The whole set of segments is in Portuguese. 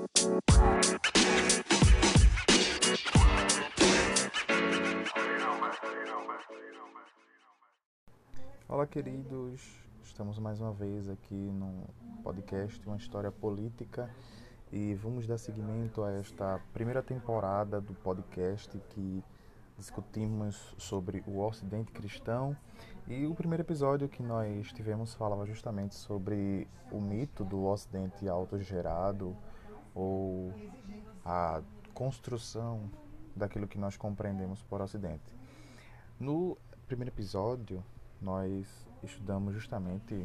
Olá, queridos. Estamos mais uma vez aqui no podcast Uma História Política e vamos dar seguimento a esta primeira temporada do podcast que discutimos sobre o Ocidente cristão. E o primeiro episódio que nós tivemos falava justamente sobre o mito do Ocidente autogerado ou a construção daquilo que nós compreendemos por Ocidente. No primeiro episódio, nós estudamos justamente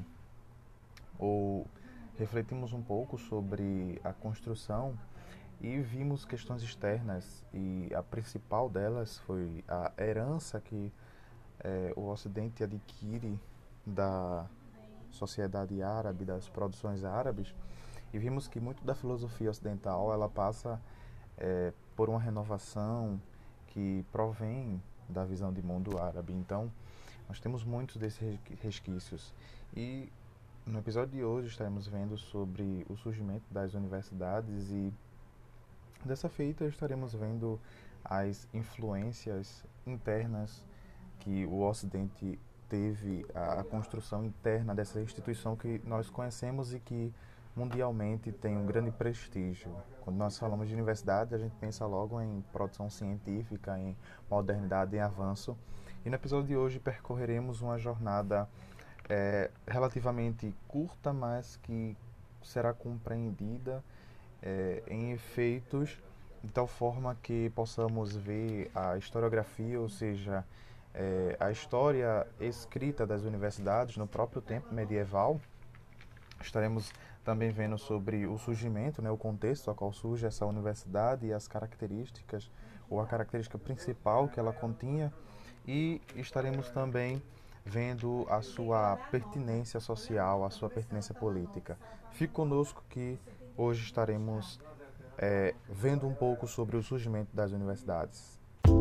ou refletimos um pouco sobre a construção e vimos questões externas, e a principal delas foi a herança que o Ocidente adquire da sociedade árabe, das produções árabes, e vimos que muito da filosofia ocidental ela passa por uma renovação que provém da visão de mundo árabe. Então, nós temos muitos desses resquícios. E no episódio de hoje estaremos vendo sobre o surgimento das universidades e dessa feita estaremos vendo as influências internas que o Ocidente teve, a construção interna dessa instituição que nós conhecemos e que mundialmente tem um grande prestígio. Quando nós falamos de universidade, a gente pensa logo em produção científica, em modernidade, em avanço. E no episódio de hoje percorreremos uma jornada relativamente curta, mas que será compreendida em efeitos de tal forma que possamos ver a historiografia, ou seja, a história escrita das universidades no próprio tempo medieval. Estaremos também vendo sobre o surgimento, o contexto a qual surge essa universidade e as características, ou a característica principal que ela continha, e estaremos também vendo a sua pertinência social, a sua pertinência política. Fique conosco que hoje estaremos vendo um pouco sobre o surgimento das universidades.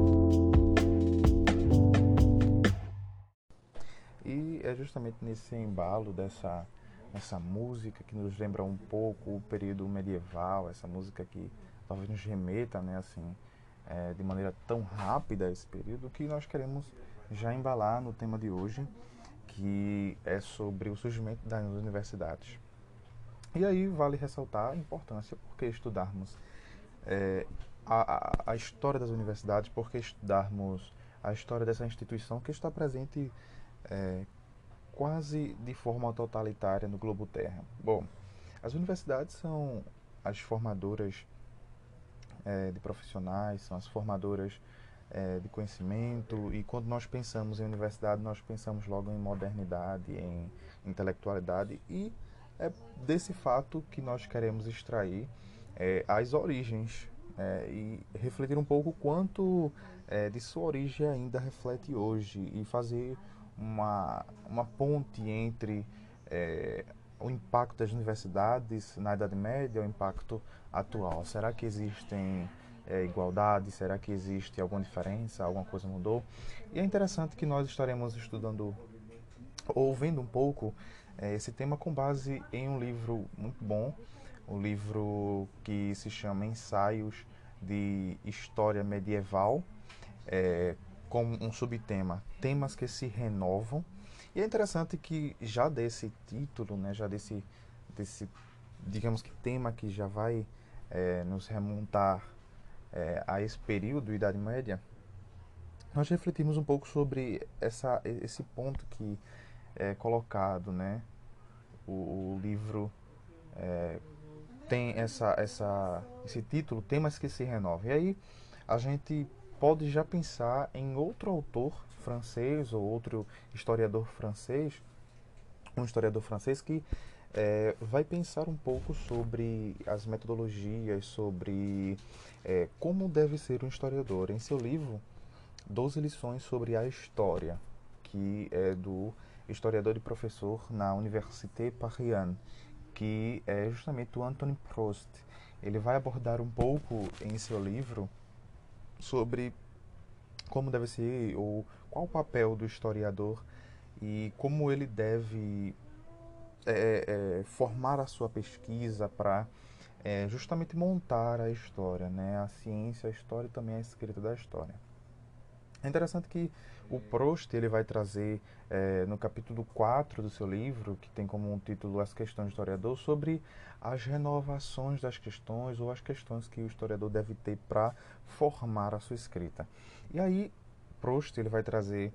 E é justamente nesse embalo dessa música que nos lembra um pouco o período medieval, essa música que talvez nos remeta, de maneira tão rápida a esse período, que nós queremos já embalar no tema de hoje, que é sobre o surgimento das universidades. E aí vale ressaltar a importância, porque estudarmos a história das universidades, porque estudarmos a história dessa instituição que está presente quase de forma totalitária no globo terra. Bom, as universidades são as formadoras de profissionais, são as formadoras de conhecimento, e quando nós pensamos em universidade, nós pensamos logo em modernidade, em intelectualidade, e é desse fato que nós queremos extrair as origens e refletir um pouco quanto de sua origem ainda reflete hoje, e fazer uma ponte entre o impacto das universidades na Idade Média e o impacto atual. Será que existem igualdade? Será que existe alguma diferença? Alguma coisa mudou? E é interessante que nós estaremos estudando, ouvindo um pouco esse tema com base em um livro muito bom, um livro que se chama Ensaios de História Medieval, com um subtema Temas que se Renovam. E é interessante que já desse título, já desse digamos que tema que já vai nos remontar a esse período, Idade Média, nós refletimos um pouco sobre esse ponto que é colocado, o livro tem esse título, Temas que se Renovam. E aí a gente pode já pensar em outro autor francês ou outro historiador francês, um historiador francês que vai pensar um pouco sobre as metodologias, sobre como deve ser um historiador. Em seu livro, 12 lições sobre a história, que é do historiador e professor na Université Paris, que é justamente o Anthony Prost. Ele vai abordar um pouco em seu livro sobre como deve ser, ou qual o papel do historiador e como ele deve formar a sua pesquisa para é justamente montar a história, né? A ciência, a história e também a escrita da história. É interessante que o Proust ele vai trazer no capítulo 4 do seu livro, que tem como um título As Questões do Historiador, sobre as renovações das questões ou as questões que o historiador deve ter para formar a sua escrita. E aí, Proust ele vai trazer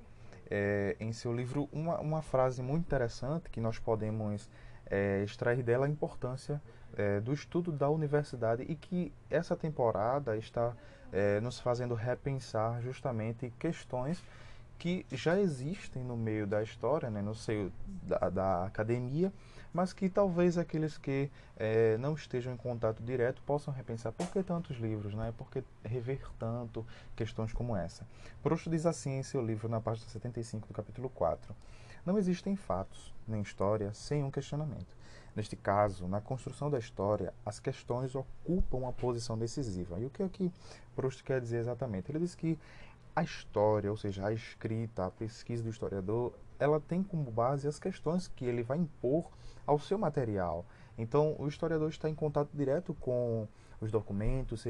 em seu livro uma frase muito interessante que nós podemos extrair dela a importância do estudo da universidade e que essa temporada está nos fazendo repensar justamente questões que já existem no meio da história, né, no seio da academia, mas que talvez aqueles que não estejam em contato direto possam repensar por que tantos livros, né, por que rever tanto questões como essa. Proust diz assim em seu livro, na página 75 do capítulo 4: não existem fatos, nem história, sem um questionamento. Neste caso, na construção da história, as questões ocupam uma posição decisiva. E o que é que Proust quer dizer exatamente? Ele diz que a história, ou seja, a escrita, a pesquisa do historiador, ela tem como base as questões que ele vai impor ao seu material. Então, o historiador está em contato direto com os documentos,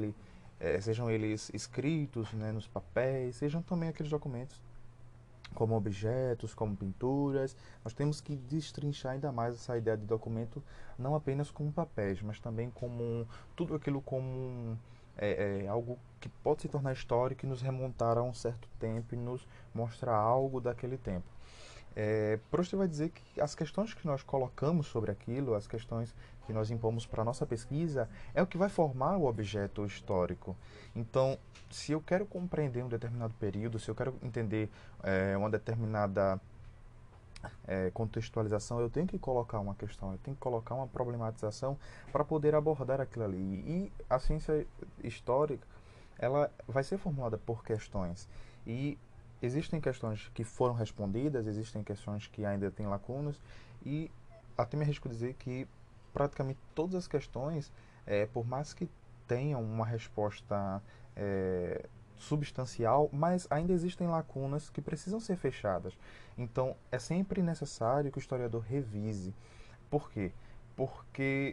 sejam eles escritos, né, nos papéis, sejam também aqueles documentos como objetos, como pinturas. Nós temos que destrinchar ainda mais essa ideia de documento, não apenas como papéis, mas também como tudo aquilo como algo que pode se tornar histórico e nos remontar a um certo tempo e nos mostrar algo daquele tempo. Proust vai dizer que as questões que nós colocamos sobre aquilo, as questões que nós impomos para a nossa pesquisa, é o que vai formar o objeto histórico. Então, se eu quero compreender um determinado período, se eu quero entender uma determinada contextualização, eu tenho que colocar uma questão, eu tenho que colocar uma problematização para poder abordar aquilo ali. E a ciência histórica, ela vai ser formulada por questões. E existem questões que foram respondidas, existem questões que ainda têm lacunas, e até me arrisco dizer que praticamente todas as questões, por mais que tenham uma resposta substancial, mas ainda existem lacunas que precisam ser fechadas. Então, é sempre necessário que o historiador revise. Por quê? Porque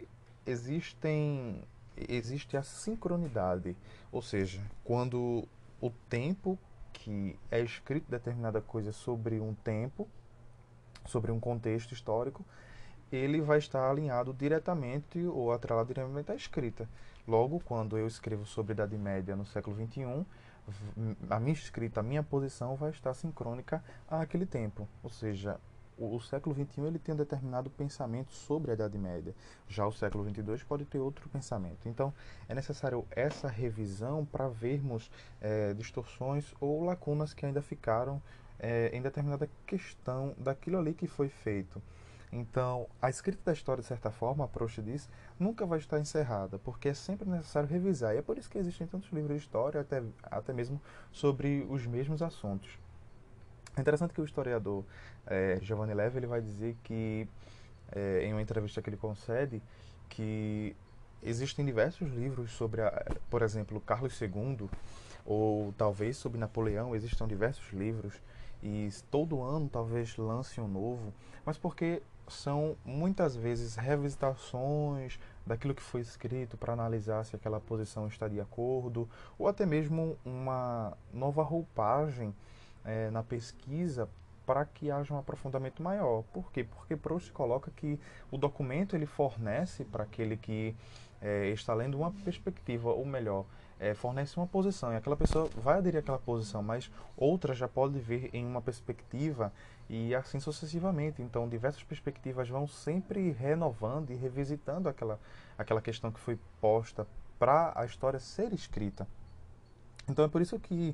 existe a sincronidade, ou seja, quando o tempo que é escrito determinada coisa sobre um tempo, sobre um contexto histórico, ele vai estar alinhado diretamente ou atrelado diretamente à escrita. Logo, quando eu escrevo sobre a Idade Média no século XXI, a minha escrita, a minha posição vai estar sincrônica àquele tempo. Ou seja, o século XXI ele tem um determinado pensamento sobre a Idade Média. Já o século XXII pode ter outro pensamento. Então, é necessário essa revisão para vermos distorções ou lacunas que ainda ficaram em determinada questão daquilo ali que foi feito. Então, a escrita da história, de certa forma, a Proust diz, nunca vai estar encerrada, porque é sempre necessário revisar. E é por isso que existem tantos livros de história, até mesmo sobre os mesmos assuntos. É interessante que o historiador Giovanni Levi ele vai dizer que, em uma entrevista que ele concede, que existem diversos livros sobre, por exemplo, Carlos II, ou talvez sobre Napoleão, existam diversos livros, e todo ano talvez lance um novo, mas porque são muitas vezes revisitações daquilo que foi escrito para analisar se aquela posição está de acordo, ou até mesmo uma nova roupagem na pesquisa para que haja um aprofundamento maior. Por quê? Porque Proust coloca que o documento ele fornece para aquele que está lendo uma perspectiva, ou melhor, fornece uma posição, e aquela pessoa vai aderir àquela posição, mas outra já pode ver em uma perspectiva e assim sucessivamente. Então, diversas perspectivas vão sempre renovando e revisitando aquela questão que foi posta para a história ser escrita. Então, é por isso que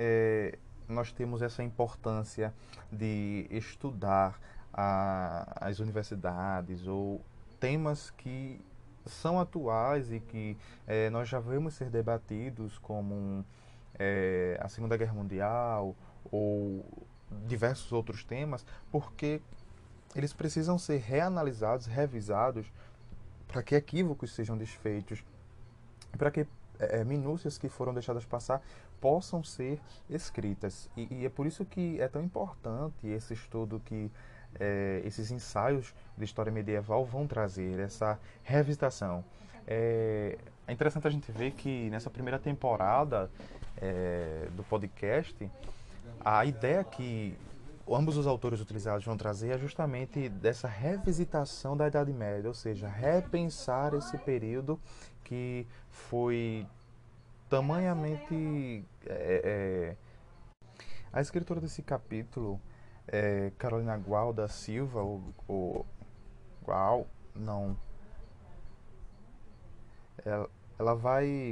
nós temos essa importância de estudar as universidades ou temas que são atuais e que nós já vemos ser debatidos, como a Segunda Guerra Mundial ou diversos outros temas, porque eles precisam ser reanalisados, revisados, para que equívocos sejam desfeitos, para que minúcias que foram deixadas passar possam ser escritas. E é por isso que é tão importante esse estudo que esses ensaios de história medieval vão trazer, essa revisitação. É interessante a gente ver que nessa primeira temporada do podcast, a ideia que ambos os autores utilizados vão trazer é justamente dessa revisitação da Idade Média, ou seja, repensar esse período que foi tamanhamente. A escritora desse capítulo, Carolina Gual da Silva, ou Gual, não, ela vai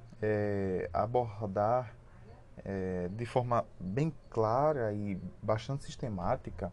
abordar de forma bem clara e bastante sistemática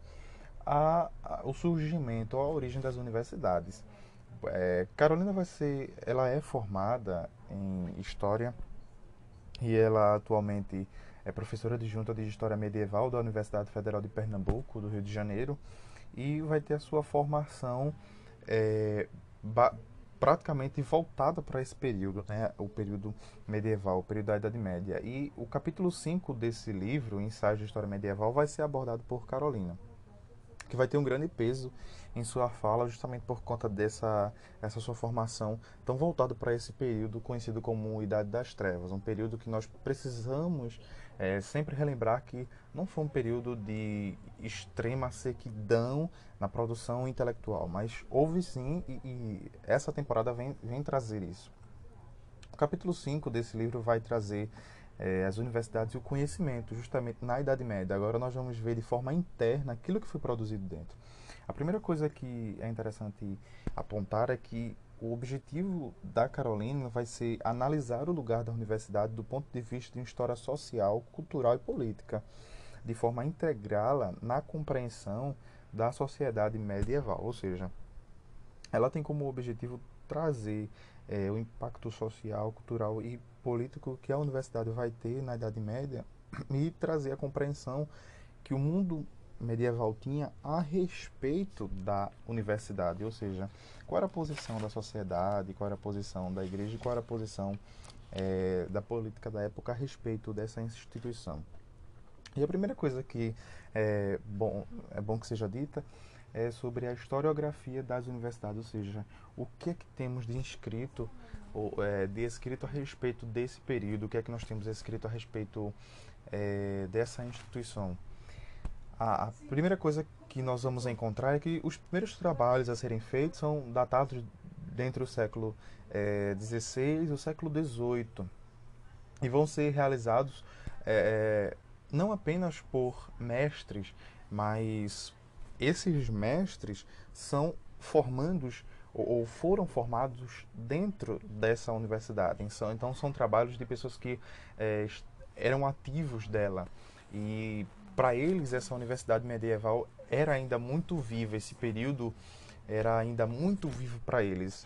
o surgimento, a origem das universidades. Carolina ela é formada em História e ela atualmente é professora adjunta de História Medieval da Universidade Federal de Pernambuco, do Rio de Janeiro, e vai ter a sua formação é, praticamente voltada para esse período, né? O período medieval, o período da Idade Média. E o capítulo 5 desse livro, Ensaios de História Medieval, vai ser abordado por Carolina, que vai ter um grande peso em sua fala, justamente por conta essa sua formação tão voltada para esse período conhecido como Idade das Trevas, um período que nós precisamos sempre relembrar que não foi um período de extrema sequidão na produção intelectual, mas houve sim, e essa temporada vem trazer isso. O capítulo 5 desse livro vai trazer as universidades e o conhecimento, justamente na Idade Média. Agora nós vamos ver de forma interna aquilo que foi produzido dentro. A primeira coisa que é interessante apontar é que o objetivo da Carolina vai ser analisar o lugar da universidade do ponto de vista de história social, cultural e política, de forma a integrá-la na compreensão da sociedade medieval, ou seja, ela tem como objetivo trazer o impacto social, cultural e político que a universidade vai ter na Idade Média e trazer a compreensão que o mundo medieval tinha a respeito da universidade, ou seja, qual era a posição da sociedade, qual era a posição da igreja e qual era a posição da política da época a respeito dessa instituição. E a primeira coisa que é bom que seja dita é sobre a historiografia das universidades, ou seja, o que é que temos de inscrito, de escrito a respeito desse período, o que é que nós temos escrito a respeito dessa instituição. A primeira coisa que nós vamos encontrar é que os primeiros trabalhos a serem feitos são datados entre o século XVI e o século XVIII e vão ser realizados não apenas por mestres, mas esses mestres são formandos ou foram formados dentro dessa universidade. Então são trabalhos de pessoas que eram ativos dela. E para eles essa universidade medieval era ainda muito viva, esse período era ainda muito vivo para eles.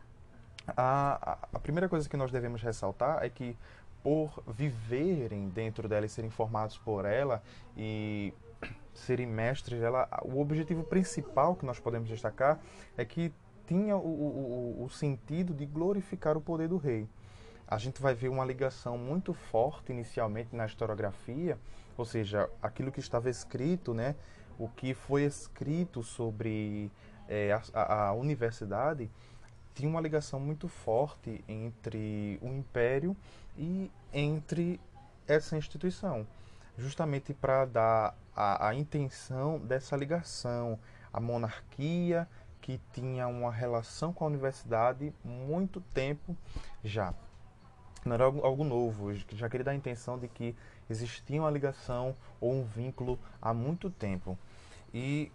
A primeira coisa que nós devemos ressaltar é que por viverem dentro dela e serem formados por ela e serem mestres dela, o objetivo principal que nós podemos destacar é que tinha o sentido de glorificar o poder do rei. A gente vai ver uma ligação muito forte inicialmente na historiografia, ou seja, aquilo que estava escrito, né, o que foi escrito sobre a universidade, tinha uma ligação muito forte entre o império e entre essa instituição, justamente para dar a intenção dessa ligação, a monarquia que tinha uma relação com a universidade muito tempo já. Não era algo novo, já queria dar a intenção de que existia uma ligação ou um vínculo há muito tempo. E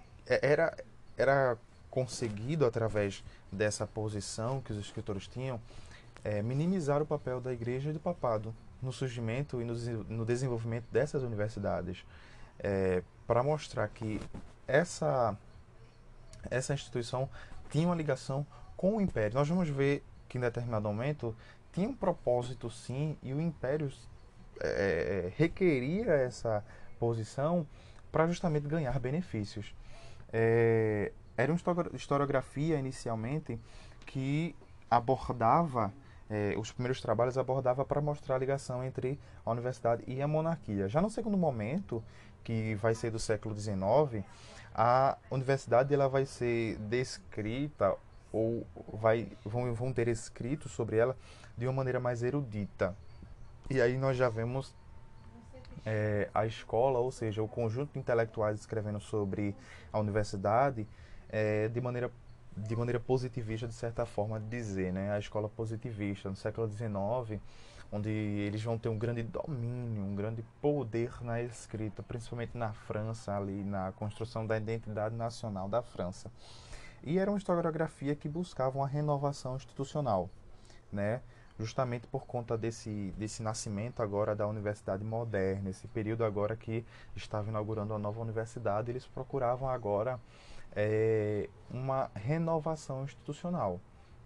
era conseguido, através dessa posição que os escritores tinham, minimizar o papel da igreja e do papado no surgimento e no desenvolvimento dessas universidades, para mostrar que essa instituição tinha uma ligação com o império. Nós vamos ver que em determinado momento tinha um propósito sim, e o império requeria essa posição para justamente ganhar benefícios. Era uma historiografia inicialmente que abordava, os primeiros trabalhos abordava para mostrar a ligação entre a universidade e a monarquia. Já no segundo momento, que vai ser do século XIX, a universidade ela vai ser descrita ou vão ter escrito sobre ela de uma maneira mais erudita. E aí nós já vemos a escola, ou seja, o conjunto de intelectuais escrevendo sobre a universidade de maneira positivista, de certa forma de dizer, né? A escola positivista no século XIX, onde eles vão ter um grande domínio, um grande poder na escrita, principalmente na França, ali na construção da identidade nacional da França. E era uma historiografia que buscava uma renovação institucional, né? Justamente por conta desse nascimento agora da universidade moderna, esse período agora que estava inaugurando a nova universidade, eles procuravam agora uma renovação institucional.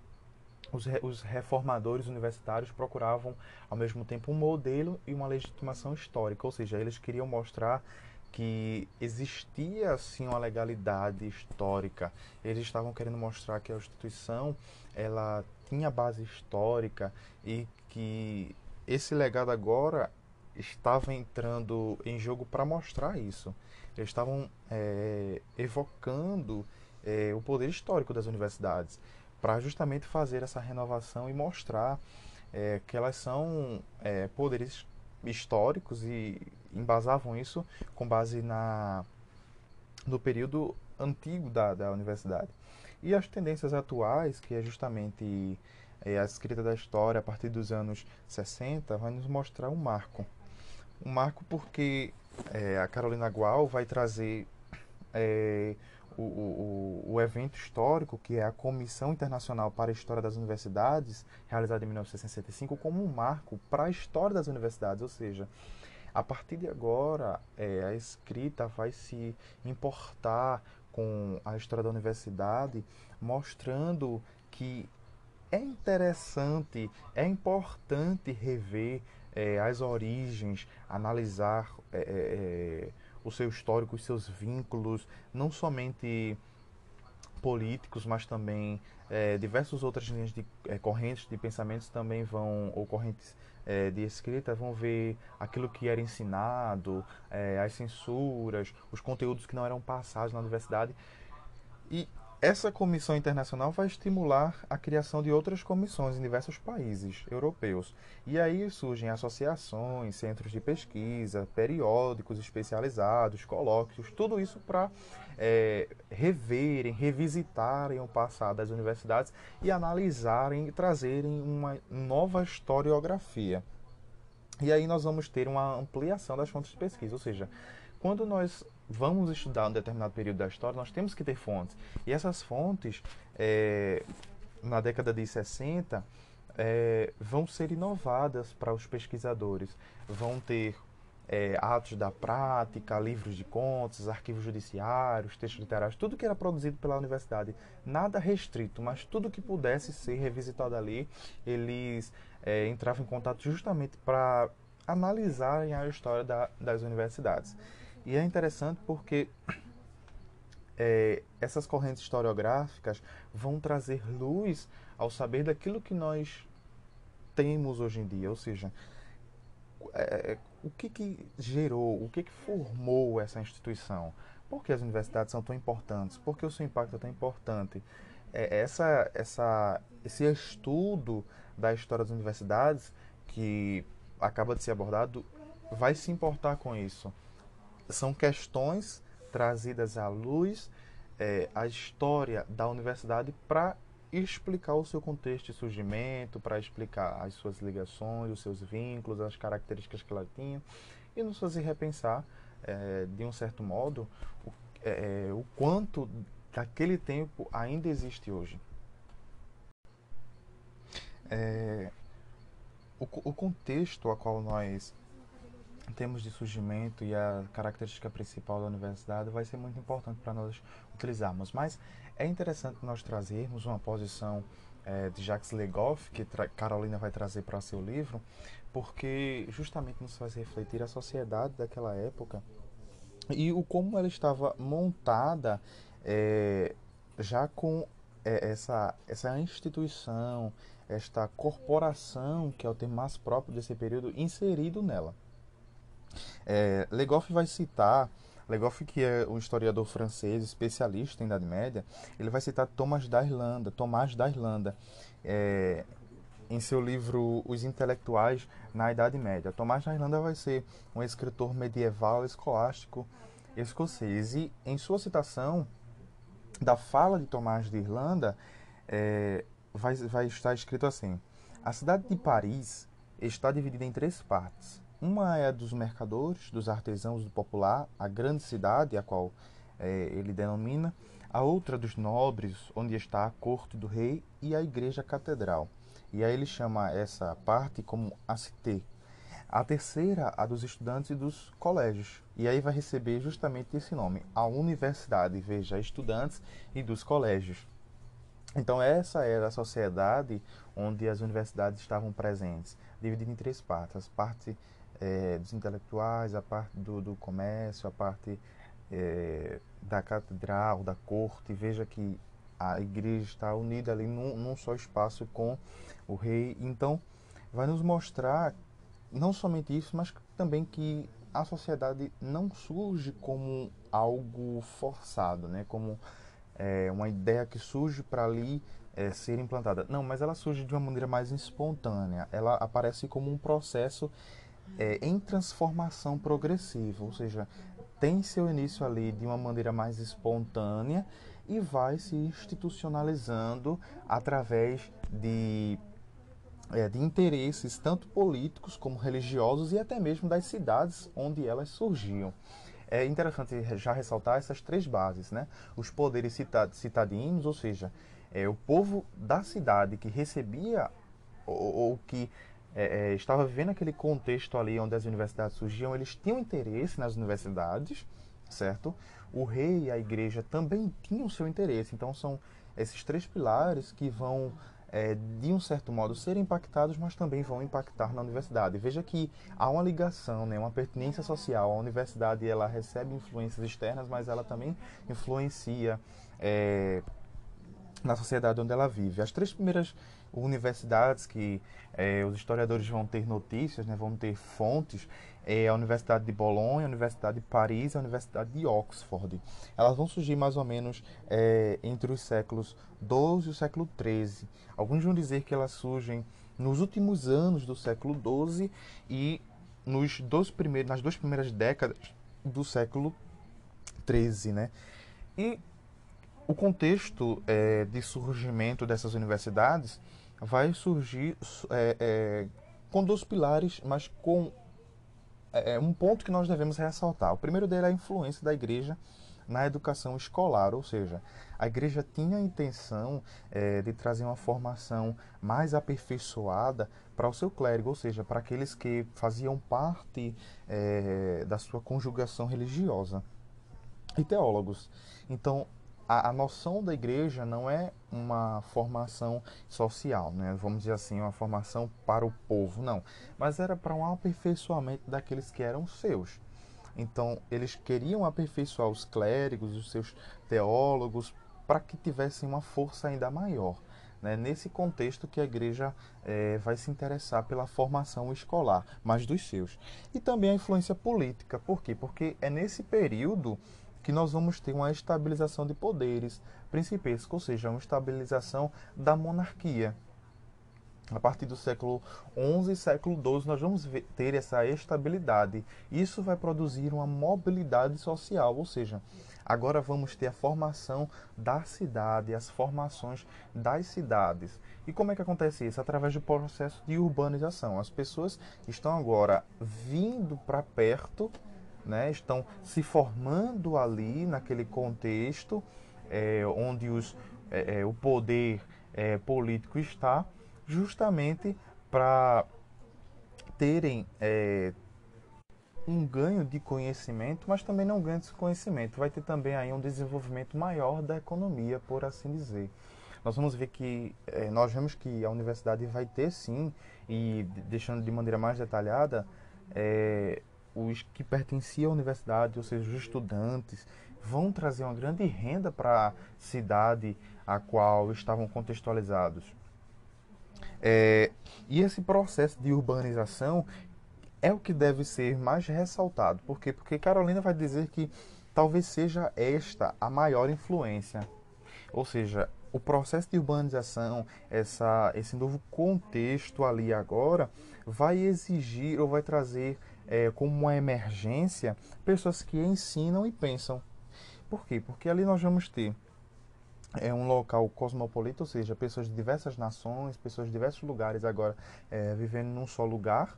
Os reformadores universitários procuravam, ao mesmo tempo, um modelo e uma legitimação histórica, ou seja, eles queriam mostrar que existia sim uma legalidade histórica. Eles estavam querendo mostrar que a instituição ela tinha base histórica e que esse legado agora estava entrando em jogo para mostrar isso. Eles estavam evocando o poder histórico das universidades para justamente fazer essa renovação e mostrar que elas são poderes históricos e embasavam isso com base no período antigo da universidade. E as tendências atuais, que é justamente a escrita da história a partir dos anos 60, vai nos mostrar um marco. Um marco porque a Carolina Gual vai trazer é, o evento histórico, que é a Comissão Internacional para a História das Universidades, realizada em 1965, como um marco para a história das universidades, ou seja, a partir de agora, a escrita vai se importar com a história da universidade, mostrando que é interessante, é importante rever as origens, analisar o seu histórico, os seus vínculos, não somente políticos, mas também diversas outras linhas de correntes de pensamentos também vão, ou correntes de escrita, vão ver aquilo que era ensinado, as censuras, os conteúdos que não eram passados na universidade. E essa comissão internacional vai estimular a criação de outras comissões em diversos países europeus. E aí surgem associações, centros de pesquisa, periódicos especializados, colóquios, tudo isso para reverem, revisitarem o passado das universidades e analisarem e trazerem uma nova historiografia. E aí nós vamos ter uma ampliação das fontes de pesquisa, ou seja, quando nós vamos estudar um determinado período da história, nós temos que ter fontes. E essas fontes, na década de 60, vão ser inovadas para os pesquisadores. Vão ter atos da prática, livros de contos, arquivos judiciários, textos literários, tudo que era produzido pela universidade, nada restrito, mas tudo que pudesse ser revisitado ali, eles entravam em contato justamente para analisarem a história das universidades. E é interessante porque essas correntes historiográficas vão trazer luz ao saber daquilo que nós temos hoje em dia, ou seja, o que gerou, o que formou essa instituição? Por que as universidades são tão importantes? Por que o seu impacto é tão importante? Esse estudo da história das universidades que acaba de ser abordado vai se importar com isso. São questões trazidas à luz, a história da universidade para explicar o seu contexto de surgimento, para explicar as suas ligações, os seus vínculos, as características que ela tinha e nos fazer repensar, de um certo modo, o quanto daquele tempo ainda existe hoje. É, o contexto a qual nós temos de surgimento e a característica principal da universidade vai ser muito importante para nós utilizarmos. Mas é interessante nós trazermos uma posição de Jacques Legoff, que Carolina vai trazer para seu livro, porque justamente nos faz refletir a sociedade daquela época e o como ela estava montada já com essa instituição, esta corporação, que é o termo mais próprio desse período, inserido nela. Legoff vai citar Legoff, que é um historiador francês especialista em Idade Média, ele vai citar Tomás da Irlanda, é, em seu livro Os Intelectuais na Idade Média. Tomás da Irlanda vai ser um escritor medieval escolástico escocês e, em sua citação da fala de Tomás de Irlanda, vai estar escrito assim: a cidade de Paris está dividida em três partes. Uma é a dos mercadores, dos artesãos do popular, a grande cidade, a qual ele denomina. A outra dos nobres, onde está a corte do rei, e a igreja catedral. E aí ele chama essa parte como a cité. A terceira, a dos estudantes e dos colégios. E aí vai receber justamente esse nome, a universidade, veja, estudantes e dos colégios. Então essa era a sociedade onde as universidades estavam presentes, dividida em três partes: a parte dos intelectuais, a parte do comércio, a parte da catedral, da corte. Veja que a igreja está unida ali num só espaço com o rei. Então vai nos mostrar não somente isso, mas também que a sociedade não surge como algo forçado, né? Como uma ideia que surge para ali ser implantada. Não, mas ela surge de uma maneira mais espontânea. Ela aparece como um processo em transformação progressiva, ou seja, tem seu início ali de uma maneira mais espontânea e vai se institucionalizando através de interesses tanto políticos como religiosos e até mesmo das cidades onde elas surgiam. É interessante já ressaltar essas três bases, né? Os poderes citadinos, ou seja, o povo da cidade que recebia ou que estava vivendo aquele contexto ali onde as universidades surgiam, eles tinham interesse nas universidades, certo? O rei e a igreja também tinham seu interesse. Então são esses três pilares que vão de um certo modo ser impactados, mas também vão impactar na universidade. Veja que há uma ligação, né, uma pertinência social. A universidade ela recebe influências externas, mas ela também influencia na sociedade onde ela vive. As três primeiras universidades que os historiadores vão ter notícias, né, vão ter fontes, é a Universidade de Bolonha, a Universidade de Paris e a Universidade de Oxford. Elas vão surgir mais ou menos entre os séculos XII e o século XIII. Alguns vão dizer que elas surgem nos últimos anos do século XII e nas duas primeiras décadas do século XIII, né? E o contexto de surgimento dessas universidades vai surgir com dois pilares, mas com um ponto que nós devemos ressaltar. O primeiro dele é a influência da igreja na educação escolar, ou seja, a igreja tinha a intenção de trazer uma formação mais aperfeiçoada para o seu clérigo, ou seja, para aqueles que faziam parte da sua conjugação religiosa e teólogos. Então, a noção da igreja não é uma formação social, né? Vamos dizer assim, uma formação para o povo, não. Mas era para um aperfeiçoamento daqueles que eram seus. Então, eles queriam aperfeiçoar os clérigos, os seus teólogos, para que tivessem uma força ainda maior. Né? Nesse contexto que a igreja vai se interessar pela formação escolar, mas dos seus. E também a influência política. Por quê? Porque é nesse período que nós vamos ter uma estabilização de poderes principescos, ou seja, uma estabilização da monarquia. A partir do século XI e século XII, nós vamos ter essa estabilidade. Isso vai produzir uma mobilidade social, ou seja, agora vamos ter a formação da cidade, as formações das cidades. E como é que acontece isso? Através do processo de urbanização. As pessoas estão agora vindo para perto, né, estão se formando ali naquele contexto onde o poder político está, justamente para terem um ganho de conhecimento, mas também não ganho de conhecimento. Vai ter também aí um desenvolvimento maior da economia, por assim dizer. Nós vamos ver que nós vemos que a universidade vai ter sim, e deixando de maneira mais detalhada, os que pertenciam à universidade, ou seja, os estudantes, vão trazer uma grande renda para a cidade a qual estavam contextualizados. E esse processo de urbanização é o que deve ser mais ressaltado. Por quê? Porque Carolina vai dizer que talvez seja esta a maior influência. Ou seja, o processo de urbanização, esse novo contexto ali agora, vai exigir ou vai trazer como uma emergência pessoas que ensinam e pensam. Por quê? Porque ali nós vamos ter um local cosmopolita, ou seja, pessoas de diversas nações, pessoas de diversos lugares agora vivendo num só lugar,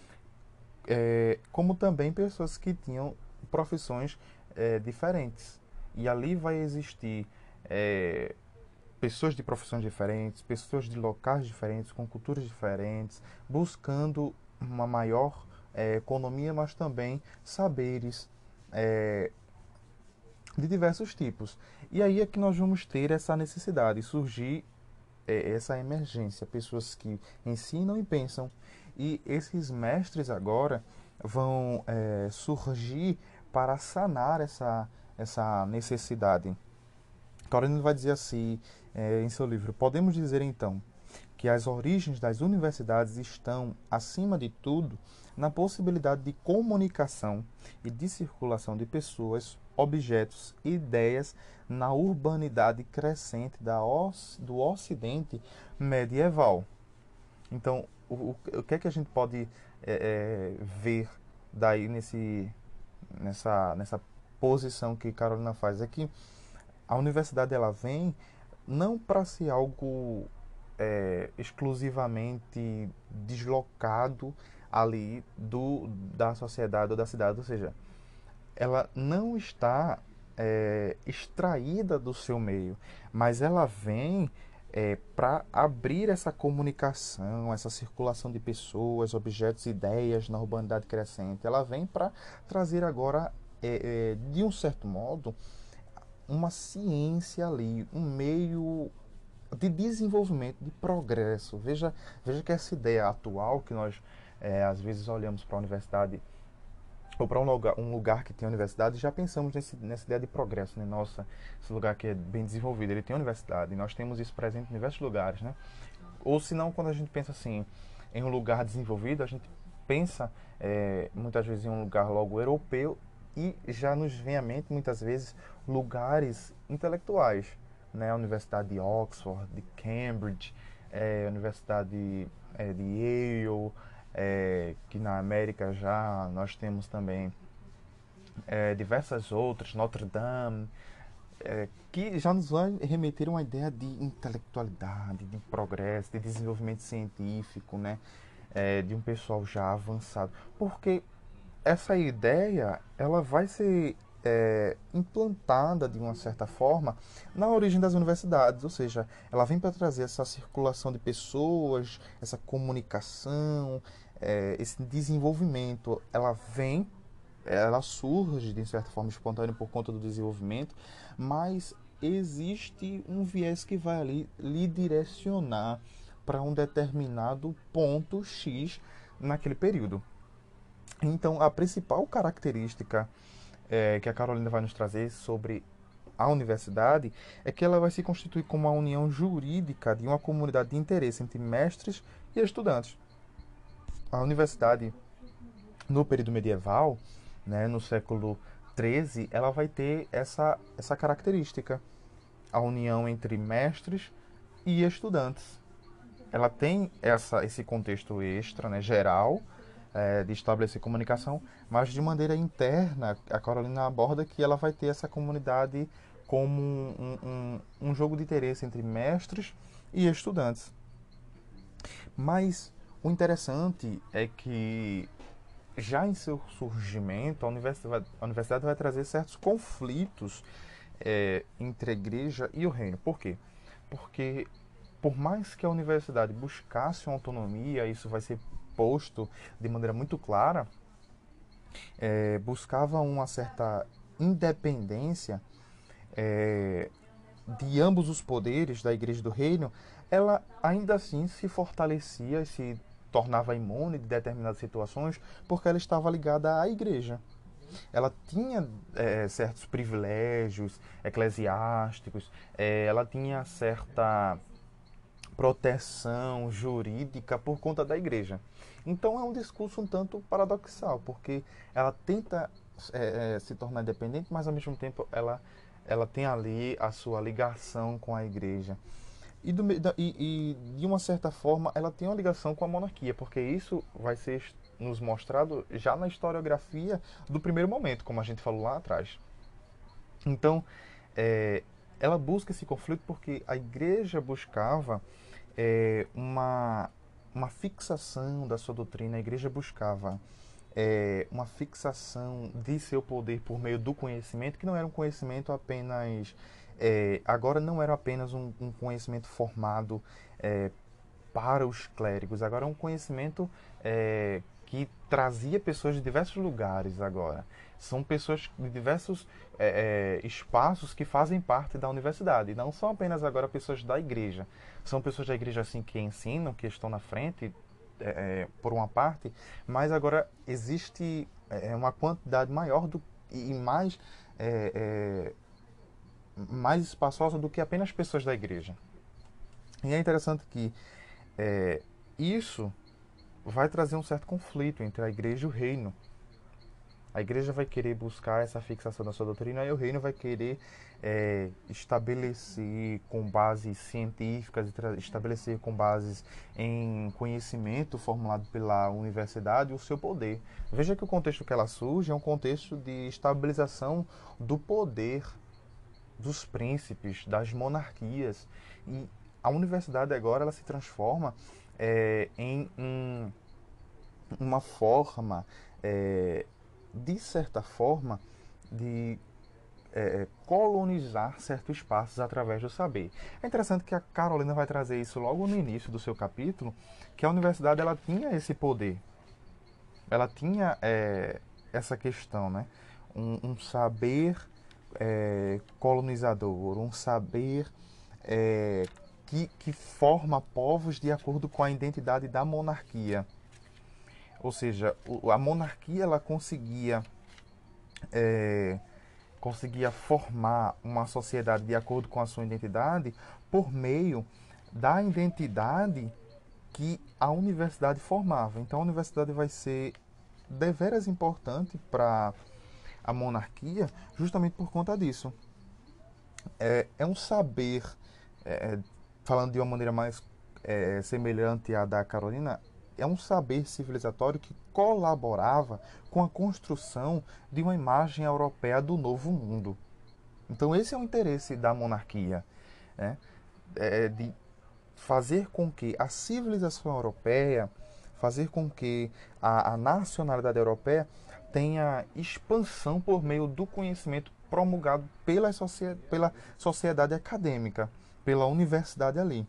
como também pessoas que tinham profissões diferentes. E ali vai existir pessoas de profissões diferentes, pessoas de locais diferentes, com culturas diferentes, buscando uma maior economia, mas também saberes de diversos tipos. E aí é que nós vamos ter essa necessidade, surgir essa emergência, pessoas que ensinam e pensam. E esses mestres agora vão surgir para sanar essa necessidade. Carolina vai dizer assim em seu livro: podemos dizer então que as origens das universidades estão, acima de tudo, na possibilidade de comunicação e de circulação de pessoas, objetos e ideias na urbanidade crescente do Ocidente medieval. Então, o que é que a gente pode ver daí nessa posição que Carolina faz? É que a universidade ela vem não para ser algo exclusivamente deslocado ali da sociedade ou da cidade, ou seja, ela não está extraída do seu meio, mas ela vem para abrir essa comunicação, essa circulação de pessoas, objetos, ideias na urbanidade crescente. Ela vem para trazer agora, de um certo modo, uma ciência ali, um meio de desenvolvimento, de progresso. Veja que essa ideia atual que nós às vezes olhamos para a universidade ou para um lugar que tem universidade, já pensamos nessa ideia de progresso, né? Nossa, esse lugar que é bem desenvolvido, ele tem universidade, e nós temos isso presente em diversos lugares, né? Ou se não, quando a gente pensa assim, em um lugar desenvolvido, a gente pensa muitas vezes em um lugar logo europeu e já nos vem à mente muitas vezes lugares intelectuais, né? A Universidade de Oxford, de Cambridge, a Universidade de Yale, que na América já nós temos também diversas outras, Notre Dame, que já nos vai remeter a uma ideia de intelectualidade, de progresso, de desenvolvimento científico, né? De um pessoal já avançado. Porque essa ideia ela vai ser implantada de uma certa forma na origem das universidades, ou seja, ela vem para trazer essa circulação de pessoas, essa comunicação, esse desenvolvimento. Ela surge de certa forma espontânea por conta do desenvolvimento, mas existe um viés que vai ali lhe direcionar para um determinado ponto X naquele período. Então, a principal característica que a Carolina vai nos trazer sobre a universidade é que ela vai se constituir como uma união jurídica de uma comunidade de interesse entre mestres e estudantes. A universidade, no período medieval, né, no século XIII, ela vai ter essa característica, a união entre mestres e estudantes. Ela tem esse contexto extra, né, geral, de estabelecer comunicação, mas de maneira interna, a Carolina aborda que ela vai ter essa comunidade como um jogo de interesse entre mestres e estudantes. Mas o interessante é que já em seu surgimento, a universidade vai trazer certos conflitos entre a igreja e o reino. Por quê? Porque por mais que a universidade buscasse uma autonomia, isso vai ser posto de maneira muito clara, buscava uma certa independência de ambos os poderes da igreja e do reino, ela ainda assim se fortalecia e se tornava imune de determinadas situações porque ela estava ligada à igreja. Ela tinha certos privilégios eclesiásticos, ela tinha certa proteção jurídica por conta da igreja. Então é um discurso um tanto paradoxal, porque ela tenta se tornar independente, mas ao mesmo tempo ela tem ali a sua ligação com a igreja. E de uma certa forma ela tem uma ligação com a monarquia, porque isso vai ser nos mostrado já na historiografia do primeiro momento, como a gente falou lá atrás. Então, é, ela busca esse conflito porque a igreja buscava uma fixação da sua doutrina, a igreja buscava uma fixação de seu poder por meio do conhecimento, que não era um conhecimento apenas. Agora não era apenas um conhecimento formado é, para os clérigos, agora é um conhecimento que trazia pessoas de diversos lugares agora. São pessoas de diversos espaços que fazem parte da universidade. Não são apenas agora pessoas da igreja. São pessoas da igreja assim que ensinam, que estão na frente, por uma parte, mas agora existe uma quantidade maior e mais espaçosa do que apenas pessoas da igreja. E é interessante que é, isso vai trazer um certo conflito entre a igreja e o reino. A igreja vai querer buscar essa fixação da sua doutrina e o reino vai querer estabelecer com bases científicas, estabelecer com bases em conhecimento formulado pela universidade o seu poder. Veja que o contexto que ela surge é um contexto de estabilização do poder dos príncipes, das monarquias. E a universidade agora ela se transforma em uma forma, de certa forma, de colonizar certos espaços através do saber. É interessante que a Carolina vai trazer isso logo no início do seu capítulo, que a universidade ela tinha esse poder, ela tinha essa questão, né? Um saber colonizador, um saber que forma povos de acordo com a identidade da monarquia. Ou seja, a monarquia ela conseguia formar uma sociedade de acordo com a sua identidade por meio da identidade que a universidade formava. Então a universidade vai ser deveras importante para a monarquia justamente por conta disso. É um saber, é, falando de uma maneira mais semelhante à da Carolina, é um saber civilizatório que colaborava com a construção de uma imagem europeia do novo mundo. Então esse é o interesse da monarquia, né? De fazer com que a civilização europeia, fazer com que a nacionalidade europeia tenha expansão por meio do conhecimento promulgado pela sociedade acadêmica, pela universidade ali.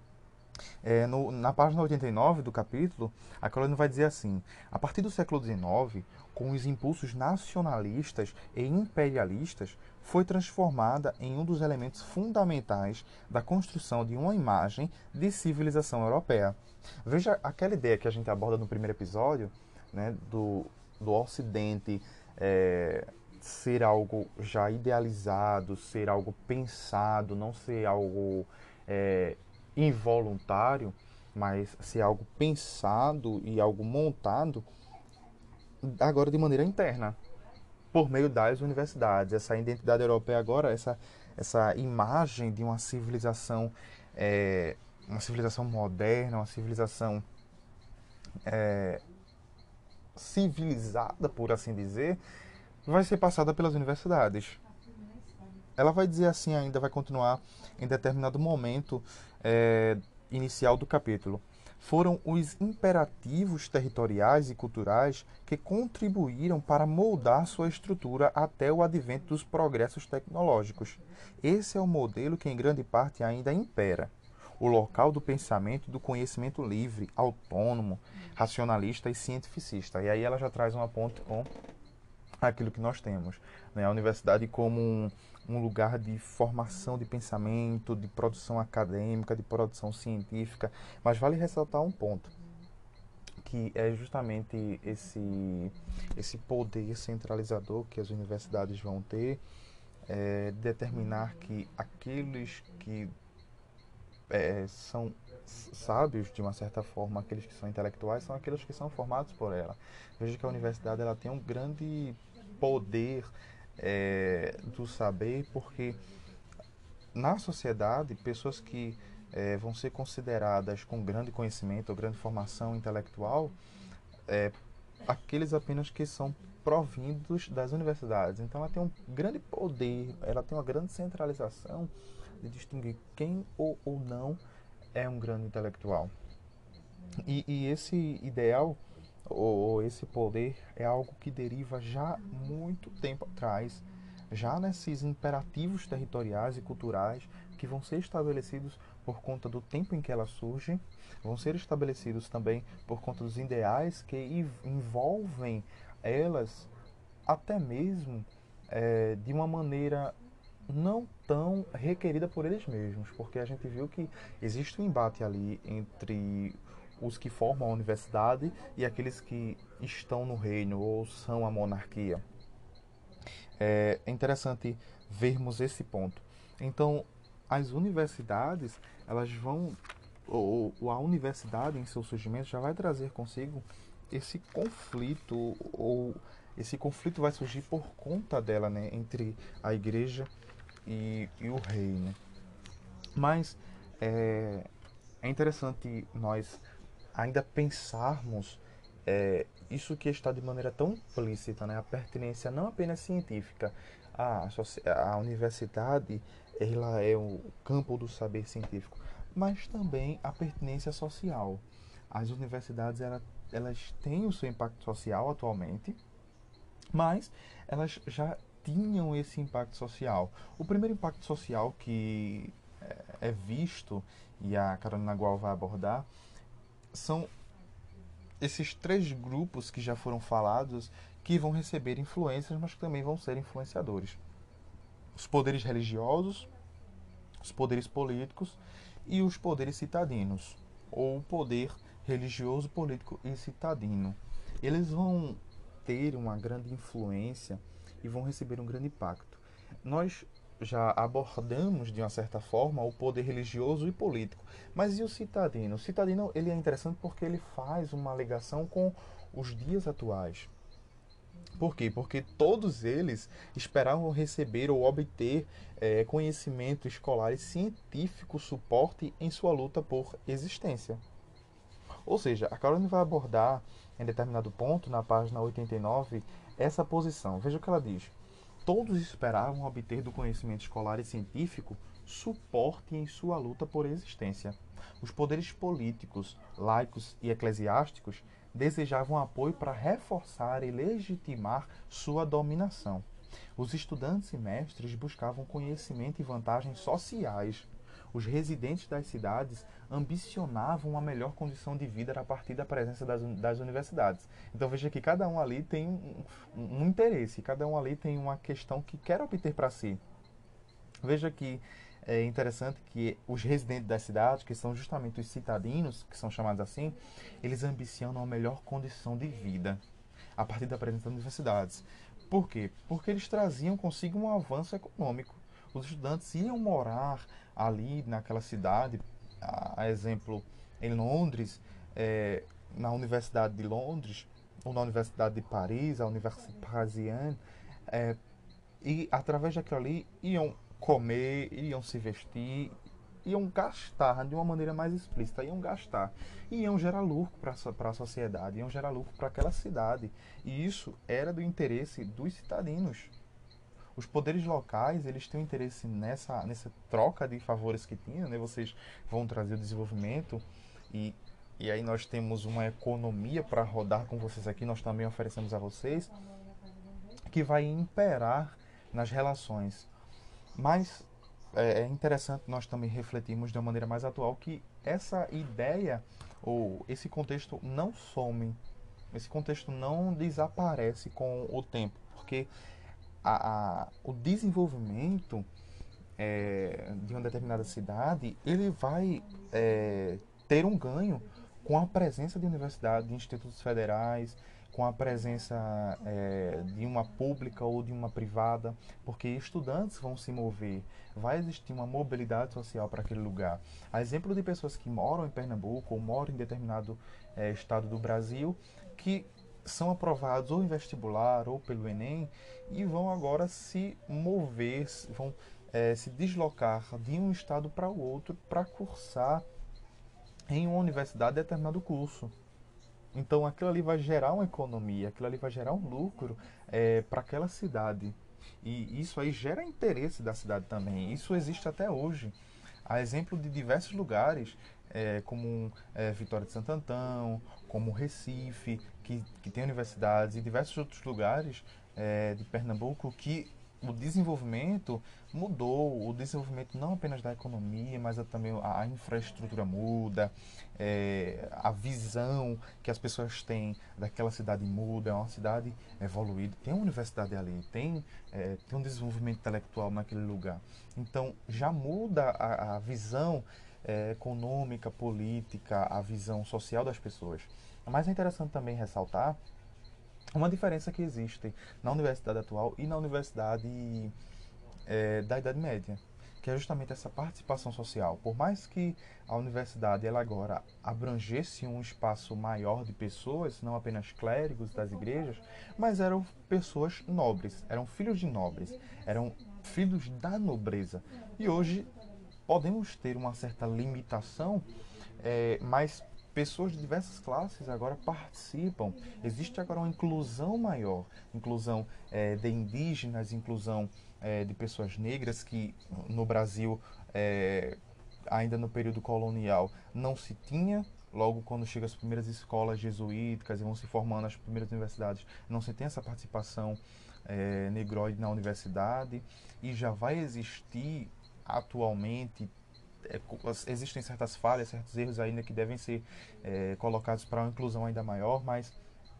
Na página 89 do capítulo, a Carolina vai dizer assim: a partir do século XIX, com os impulsos nacionalistas e imperialistas, foi transformada em um dos elementos fundamentais da construção de uma imagem de civilização europeia. Veja aquela ideia que a gente aborda no primeiro episódio, né, do Ocidente ser algo já idealizado, ser algo pensado, não ser algo involuntário, mas ser algo pensado e algo montado agora de maneira interna, por meio das universidades. Essa identidade europeia agora, essa imagem de uma civilização moderna, uma civilização civilizada, por assim dizer, vai ser passada pelas universidades. Ela vai dizer assim ainda, vai continuar em determinado momento inicial do capítulo. Foram os imperativos territoriais e culturais que contribuíram para moldar sua estrutura até o advento dos progressos tecnológicos. Esse é o modelo que em grande parte ainda impera. O local do pensamento e do conhecimento livre, autônomo, racionalista e cientificista. E aí ela já traz uma ponte com aquilo que nós temos, né? A universidade como um lugar de formação de pensamento, de produção acadêmica, de produção científica. Mas vale ressaltar um ponto, que é justamente esse poder centralizador que as universidades vão ter, determinar que aqueles que são sábios, de uma certa forma, aqueles que são intelectuais, são aqueles que são formados por ela. Veja que a universidade ela tem um grande poder do saber, porque na sociedade, pessoas que vão ser consideradas com grande conhecimento ou grande formação intelectual, é, aqueles apenas que são provindos das universidades. Então ela tem um grande poder, ela tem uma grande centralização de distinguir quem ou não é um grande intelectual. E esse ideal ou esse poder é algo que deriva já muito tempo atrás, já nesses imperativos territoriais e culturais que vão ser estabelecidos por conta do tempo em que elas surgem, vão ser estabelecidos também por conta dos ideais que envolvem elas, até mesmo de uma maneira não tão requerida por eles mesmos, porque a gente viu que existe um embate ali entre os que formam a universidade e aqueles que estão no reino ou são a monarquia. É interessante vermos esse ponto. Então, as universidades, elas vão, ou a universidade em seu surgimento já vai trazer consigo esse conflito, ou esse conflito vai surgir por conta dela, né, entre a igreja e o reino. Mas é, é interessante nós ainda pensarmos isso que está de maneira tão implícita, né? A pertinência não apenas científica. A universidade ela é o campo do saber científico, mas também a pertinência social. As universidades elas têm o seu impacto social atualmente, mas elas já tinham esse impacto social. O primeiro impacto social que é visto, e a Carolina Gual vai abordar, são esses três grupos que já foram falados que vão receber influências, mas que também vão ser influenciadores. Os poderes religiosos, os poderes políticos e os poderes citadinos, ou o poder religioso, político e citadino. Eles vão ter uma grande influência e vão receber um grande impacto. Nós já abordamos de uma certa forma o poder religioso e político, mas e o citadino? O citadino ele é interessante porque ele faz uma ligação com os dias atuais. Por quê? Porque todos eles esperavam receber ou obter conhecimento escolar e científico suporte em sua luta por existência. Ou seja, a Caroline vai abordar em determinado ponto, na página 89, essa posição. Veja o que ela diz. Todos esperavam obter do conhecimento escolar e científico suporte em sua luta por existência. Os poderes políticos, laicos e eclesiásticos desejavam apoio para reforçar e legitimar sua dominação. Os estudantes e mestres buscavam conhecimento e vantagens sociais. Os residentes das cidades ambicionavam uma melhor condição de vida a partir da presença das universidades. Então veja que cada um ali tem um interesse, cada um ali tem uma questão que quer obter para si. Veja que é interessante que os residentes das cidades, que são justamente os citadinos, que são chamados assim, eles ambicionam uma melhor condição de vida a partir da presença das universidades. Por quê? Porque eles traziam consigo um avanço econômico. Os estudantes iam morar ali naquela cidade, a exemplo em Londres, na Universidade de Londres, ou na Universidade de Paris, a Université Parisienne, é, e através daquilo ali iam comer, iam se vestir, iam gastar de uma maneira mais explícita, iam gastar, iam gerar lucro para a sociedade, iam gerar lucro para aquela cidade. E isso era do interesse dos cidadinos. Os poderes locais, eles têm um interesse nessa troca de favores que tinham, né? Vocês vão trazer o desenvolvimento e, e aí nós temos uma economia para rodar com vocês aqui, nós também oferecemos a vocês, que vai imperar nas relações. Mas é interessante nós também refletirmos de uma maneira mais atual que essa ideia ou esse contexto não some, esse contexto não desaparece com o tempo, porque o desenvolvimento de uma determinada cidade ele vai ter um ganho com a presença de universidades, de institutos federais, com a presença de uma pública ou de uma privada, porque estudantes vão se mover, vai existir uma mobilidade social para aquele lugar. A exemplo de pessoas que moram em Pernambuco ou moram em determinado estado do Brasil, que são aprovados ou em vestibular ou pelo Enem e vão agora se mover, vão se deslocar de um estado para o outro para cursar em uma universidade determinado curso. Então aquilo ali vai gerar uma economia, aquilo ali vai gerar um lucro para aquela cidade. E isso aí gera interesse da cidade também. Isso existe até hoje. Há exemplo de diversos lugares, como Vitória de Santo Antão, como Recife, que tem universidades, e diversos outros lugares de Pernambuco que o desenvolvimento mudou, o desenvolvimento não apenas da economia, mas também a infraestrutura muda, a visão que as pessoas têm daquela cidade muda, é uma cidade evoluída, tem uma universidade ali, tem um desenvolvimento intelectual naquele lugar. Então já muda a visão econômica, política, a visão social das pessoas. Mas é interessante também ressaltar uma diferença que existe na universidade atual e na universidade da Idade Média, que é justamente essa participação social. Por mais que a universidade ela agora abrangesse um espaço maior de pessoas, não apenas clérigos das igrejas, mas eram pessoas nobres, eram filhos de nobres, eram filhos da nobreza. E hoje podemos ter uma certa limitação, mas pessoas de diversas classes agora participam. Existe agora uma inclusão maior, inclusão de indígenas, inclusão de pessoas negras que no Brasil, ainda no período colonial, não se tinha. Logo, quando chegam as primeiras escolas jesuíticas e vão se formando as primeiras universidades, não se tem essa participação negroide na universidade e já vai existir atualmente existem certas falhas, certos erros ainda que devem ser colocados para uma inclusão ainda maior, mas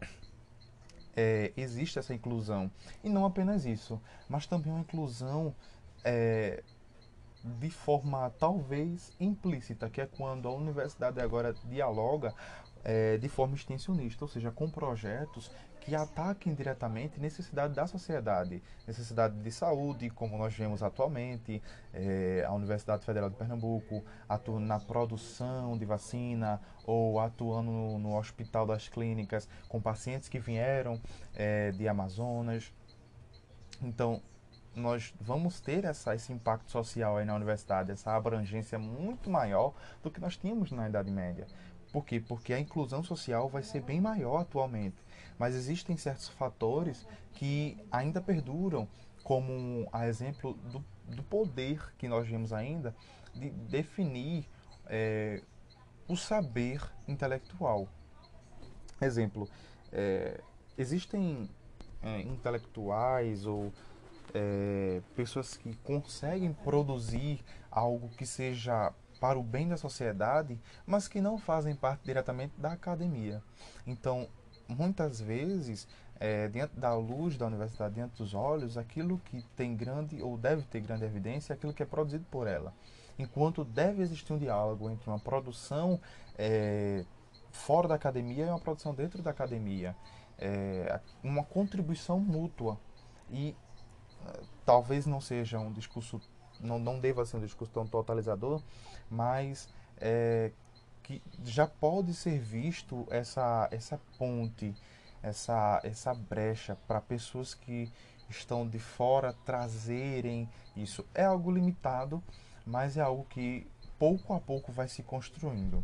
existe essa inclusão. E não apenas isso, mas também uma inclusão é, de forma talvez implícita, que é quando a universidade agora dialoga de forma extensionista, ou seja, com projetos que ataquem diretamente necessidade da sociedade, necessidade de saúde, como nós vemos atualmente, a Universidade Federal de Pernambuco atuando na produção de vacina ou atuando no Hospital das Clínicas com pacientes que vieram de Amazonas. Então, nós vamos ter esse impacto social aí na universidade, essa abrangência muito maior do que nós tínhamos na Idade Média. Por quê? Porque a inclusão social vai ser bem maior atualmente. Mas existem certos fatores que ainda perduram, como a exemplo do poder que nós vemos ainda de definir o saber intelectual. Exemplo, existem intelectuais ou pessoas que conseguem produzir algo que seja para o bem da sociedade, mas que não fazem parte diretamente da academia. Então, muitas vezes, diante da luz da universidade, diante dos olhos, aquilo que tem grande ou deve ter grande evidência é aquilo que é produzido por ela. Enquanto deve existir um diálogo entre uma produção fora da academia e uma produção dentro da academia, uma contribuição mútua. E talvez não seja um discurso, não deva ser um discurso tão totalizador, mas que já pode ser visto essa ponte, essa brecha para pessoas que estão de fora trazerem isso. É algo limitado, mas é algo que pouco a pouco vai se construindo.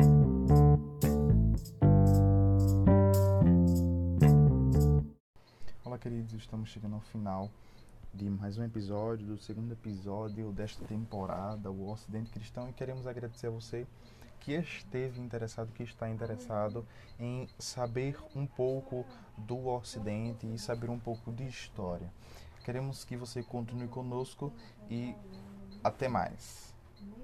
Olá, queridos, estamos chegando ao final de mais um episódio, do segundo episódio desta temporada, o Ocidente Cristão, e queremos agradecer a você que esteve interessado, que está interessado em saber um pouco do Ocidente e saber um pouco de história. Queremos que você continue conosco e até mais.